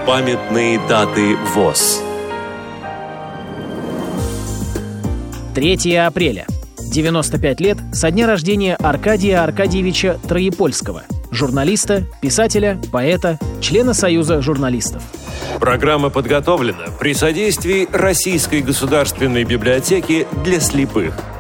Памятные даты ВОС. 3 апреля. 95 лет со дня рождения Аркадия Аркадьевича Троепольского, журналиста, писателя, поэта, члена Союза журналистов. Программа подготовлена при содействии Российской государственной библиотеки для слепых.